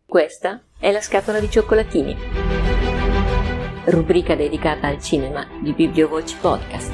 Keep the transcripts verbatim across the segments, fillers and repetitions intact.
Questa è la scatola di cioccolatini, rubrica dedicata al cinema di Bibliovoci Podcast.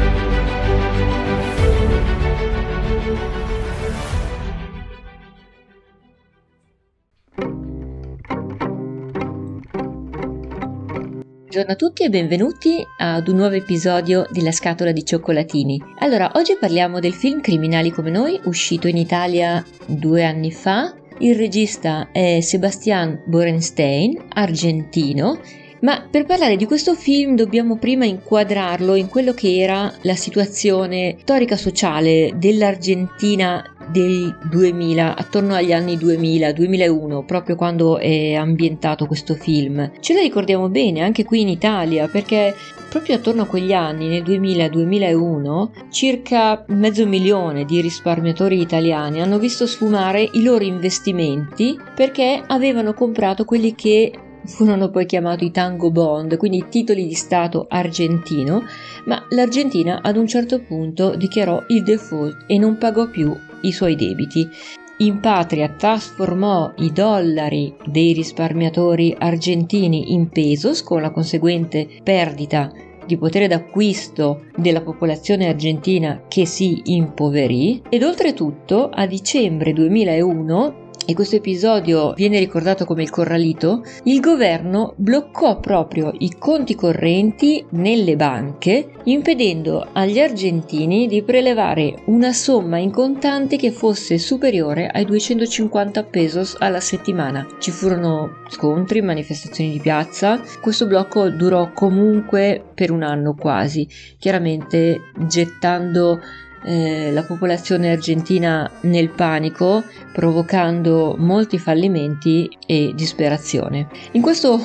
Buongiorno a tutti e benvenuti ad un nuovo episodio della scatola di cioccolatini. Allora, oggi parliamo del film Criminali come noi, uscito in Italia due anni fa. Il regista è Sebastian Borenstein, argentino, ma per parlare di questo film dobbiamo prima inquadrarlo in quello che era la situazione storica sociale dell'Argentina del duemila, attorno agli anni duemila duemilauno, proprio quando è ambientato questo film. Ce la ricordiamo bene anche qui in Italia, perché proprio attorno a quegli anni, nel duemila duemilauno, circa mezzo milione di risparmiatori italiani hanno visto sfumare i loro investimenti perché avevano comprato quelli che furono poi chiamati i tango bond, quindi i titoli di Stato argentino, ma l'Argentina ad un certo punto dichiarò il default e non pagò più i suoi debiti. In patria trasformò i dollari dei risparmiatori argentini in pesos, con la conseguente perdita di potere d'acquisto della popolazione argentina che si impoverì, ed oltretutto a dicembre duemilauno, e questo episodio viene ricordato come il Corralito, il governo bloccò proprio i conti correnti nelle banche, impedendo agli argentini di prelevare una somma in contanti che fosse superiore ai duecentocinquanta pesos alla settimana. Ci furono scontri, manifestazioni di piazza. Questo blocco durò comunque per un anno quasi, chiaramente gettando Eh, la popolazione argentina nel panico, provocando molti fallimenti e disperazione. In questo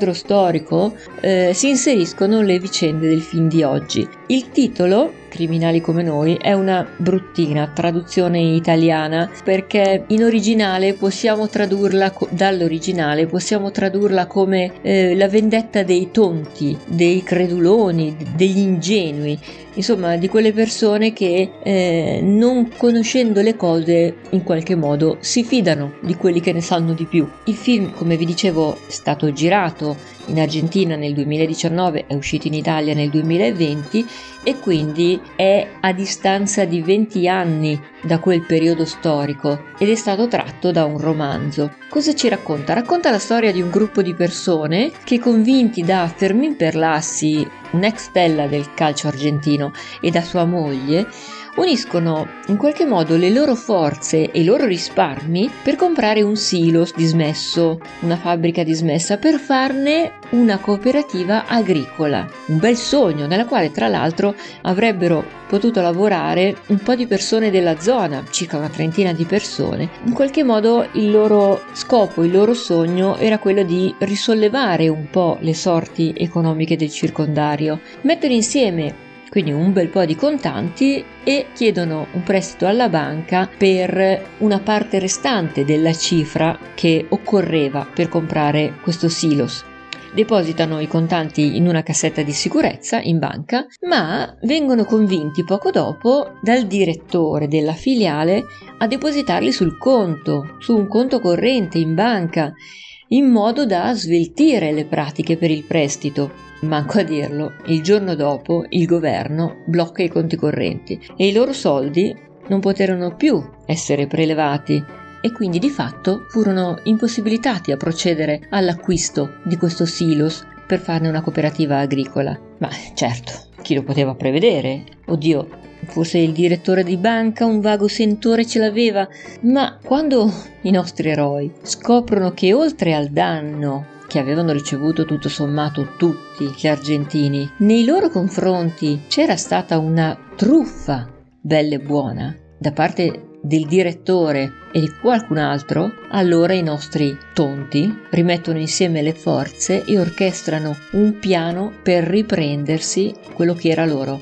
quadro storico eh, si inseriscono le vicende del film di oggi. Il titolo, Criminali come noi, è una bruttina traduzione italiana, perché in originale possiamo tradurla co- dall'originale possiamo tradurla come eh, la vendetta dei tonti, dei creduloni, degli ingenui, insomma di quelle persone che eh, non conoscendo le cose in qualche modo si fidano di quelli che ne sanno di più. Il film, come vi dicevo, è stato girato in Argentina nel duemiladiciannove, è uscito in Italia nel duemilaventi e quindi è a distanza di venti anni da quel periodo storico ed è stato tratto da un romanzo. Cosa ci racconta? Racconta la storia di un gruppo di persone che, convinti da Fermín Perlassi, un'ex stella del calcio argentino, e da sua moglie, uniscono in qualche modo le loro forze e i loro risparmi per comprare un silos dismesso, una fabbrica dismessa, per farne una cooperativa agricola. Un bel sogno, nella quale tra l'altro avrebbero potuto lavorare un po' di persone della zona, circa una trentina di persone. In qualche modo il loro scopo, il loro sogno era quello di risollevare un po' le sorti economiche del circondario, mettere insieme quindi un bel po' di contanti e chiedono un prestito alla banca per una parte restante della cifra che occorreva per comprare questo silos. Depositano i contanti in una cassetta di sicurezza in banca, ma vengono convinti poco dopo dal direttore della filiale a depositarli sul conto, su un conto corrente in banca, in modo da sveltire le pratiche per il prestito. Manco a dirlo, il giorno dopo il governo blocca i conti correnti e i loro soldi non poterono più essere prelevati e quindi di fatto furono impossibilitati a procedere all'acquisto di questo silos per farne una cooperativa agricola. Ma certo, chi lo poteva prevedere? Oddio, forse il direttore di banca un vago sentore ce l'aveva, ma quando i nostri eroi scoprono che oltre al danno che avevano ricevuto tutto sommato tutti gli argentini, nei loro confronti c'era stata una truffa bella e buona da parte del direttore e di qualcun altro, allora i nostri tonti rimettono insieme le forze e orchestrano un piano per riprendersi quello che era loro.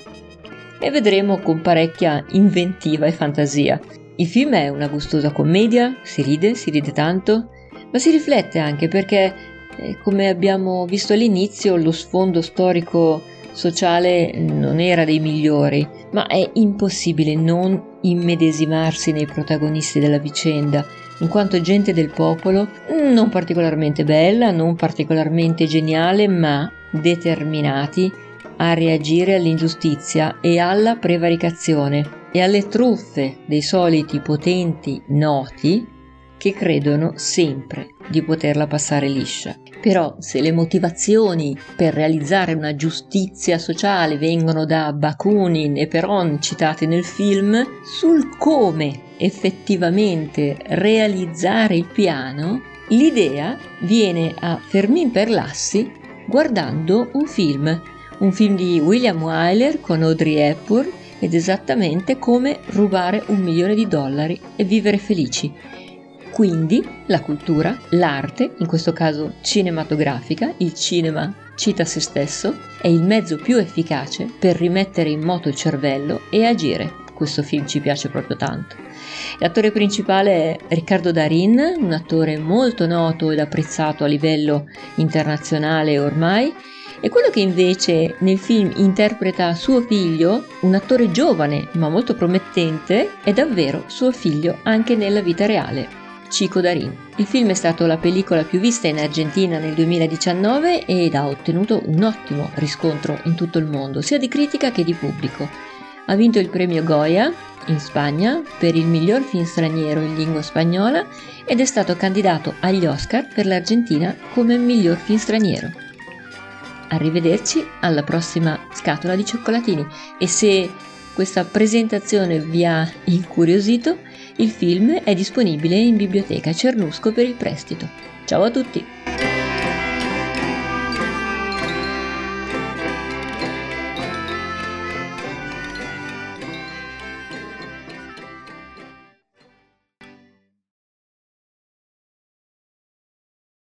E vedremo con parecchia inventiva e fantasia. Il film è una gustosa commedia, si ride, si ride tanto, ma si riflette anche perché Eh, come abbiamo visto all'inizio, lo sfondo storico sociale non era dei migliori, ma è impossibile non immedesimarsi nei protagonisti della vicenda, in quanto gente del popolo, non particolarmente bella, non particolarmente geniale, ma determinati a reagire all'ingiustizia e alla prevaricazione e alle truffe dei soliti potenti noti che credono sempre di poterla passare liscia. Però se le motivazioni per realizzare una giustizia sociale vengono da Bakunin e Peron citati nel film, sul come effettivamente realizzare il piano, l'idea viene a Fermín Perlassi guardando un film, un film di William Wyler con Audrey Hepburn ed esattamente come rubare un milione di dollari e vivere felici. Quindi la cultura, l'arte, in questo caso cinematografica, il cinema cita se stesso, è il mezzo più efficace per rimettere in moto il cervello e agire. Questo film ci piace proprio tanto. L'attore principale è Ricardo Darín, un attore molto noto ed apprezzato a livello internazionale ormai, e quello che invece nel film interpreta suo figlio, un attore giovane ma molto promettente, è davvero suo figlio anche nella vita reale. Chico Darín. Il film è stato la pellicola più vista in Argentina nel duemiladiciannove ed ha ottenuto un ottimo riscontro in tutto il mondo, sia di critica che di pubblico. Ha vinto il premio Goya in Spagna per il miglior film straniero in lingua spagnola ed è stato candidato agli Oscar per l'Argentina come miglior film straniero. Arrivederci alla prossima scatola di cioccolatini e se questa presentazione vi ha incuriosito, il film è disponibile in biblioteca Cernusco per il prestito. Ciao a tutti!